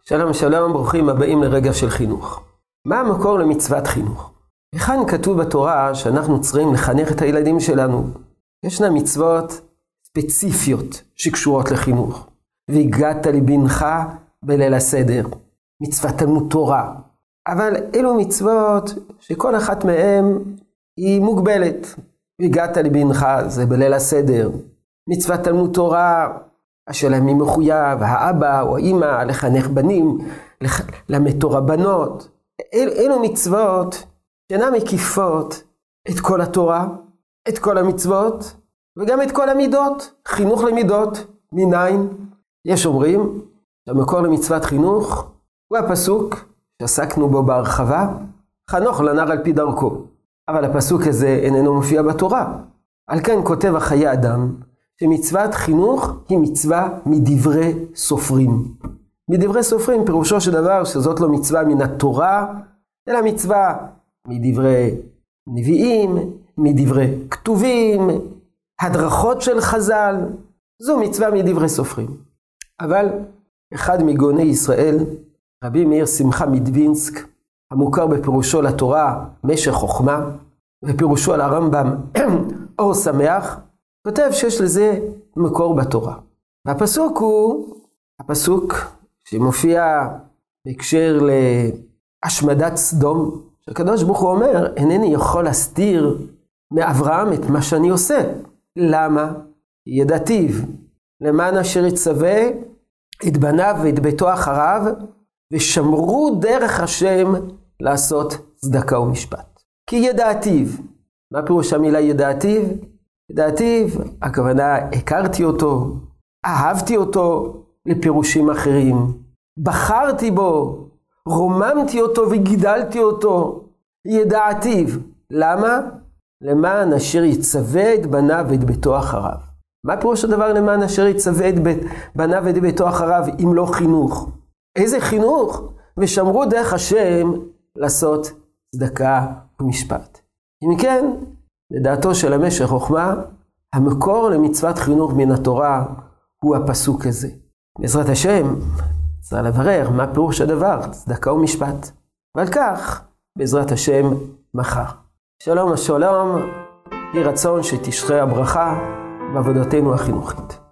שלום שלום, ברוכים הבאים לרגע של חינוך. מה המקור למצוות חינוך? היכן כתוב בתורה שאנחנו צריכים לחנך את הילדים שלנו? ישנה מצוות ספציפיות שקשורות לחינוך. והגעת לבנך בליל הסדר, מצוות תלמוד תורה. אבל אלו מצוות שכל אחת מהן היא מוגבלת. והגעת לבנך זה בליל הסדר. מצוות תלמוד תורה, השאלה מי מחויב, האבא או האמא, לחנך בנים, למד תורה בנות. אלו מצוות שאינן מקיפות את כל התורה, את כל המצוות, וגם את כל המידות. חינוך למידות, מניין. יש אומרים שהמקור למצוות חינוך הוא הפסוק שעסקנו בו בהרחבה, חנוך לנער על פי דרכו. אבל הפסוק הזה איננו מופיע בתורה. על כן כותב החיי אדם, שמצוות חינוך היא מצווה מדברי סופרים. מדברי סופרים פירושו של דבר שזאת לא מצווה מן התורה, אלא מצווה מדברי נביאים, מדברי כתובים, הדרכות של חז"ל. זו מצווה מדברי סופרים. אבל אחד מגאוני ישראל, רבי מאיר שמחה מדווינסק, המוכר בפירושו לתורה משך חוכמה, ופירושו על הרמב"ם אור שמח, כותב שיש לזה מקור בתורה. והפסוק הוא הפסוק שמופיע בהקשר להשמדת סדום, שהקדוש ברוך הוא אומר, אינני יכול להסתיר מאברהם את מה שאני עושה. למה? ידעתיו, למען אשר יצווה את בניו ואת ביתו אחריו, ושמרו דרך השם לעשות צדקה ומשפט. כי ידעתיו. מה פירוש המילה ידעתיו? ידעתיו, הכוונה הכרתי אותו, אהבתי אותו לפירושים אחרים, בחרתי בו, רוממתי אותו וגידלתי אותו. ידעתיו. למה? למען אשר יצווה את בניו ואת ביתו אחריו. מה פירוש הדבר למען אשר יצווה את בניו ואת ביתו אחריו אם לא חינוך? איזה חינוך? ושמרו דרך השם לעשות צדקה ומשפט. אם כן, לדעתו של המשך חוכמה, המקור למצוות חינוך מן התורה הוא הפסוק הזה. בעזרת השם, צריך לברר מה פירוש הדבר, צדקה ומשפט. ועל כך, בעזרת השם, מחר. שלום השלום, יהי רצון שתשרה הברכה בעבודתנו החינוכית.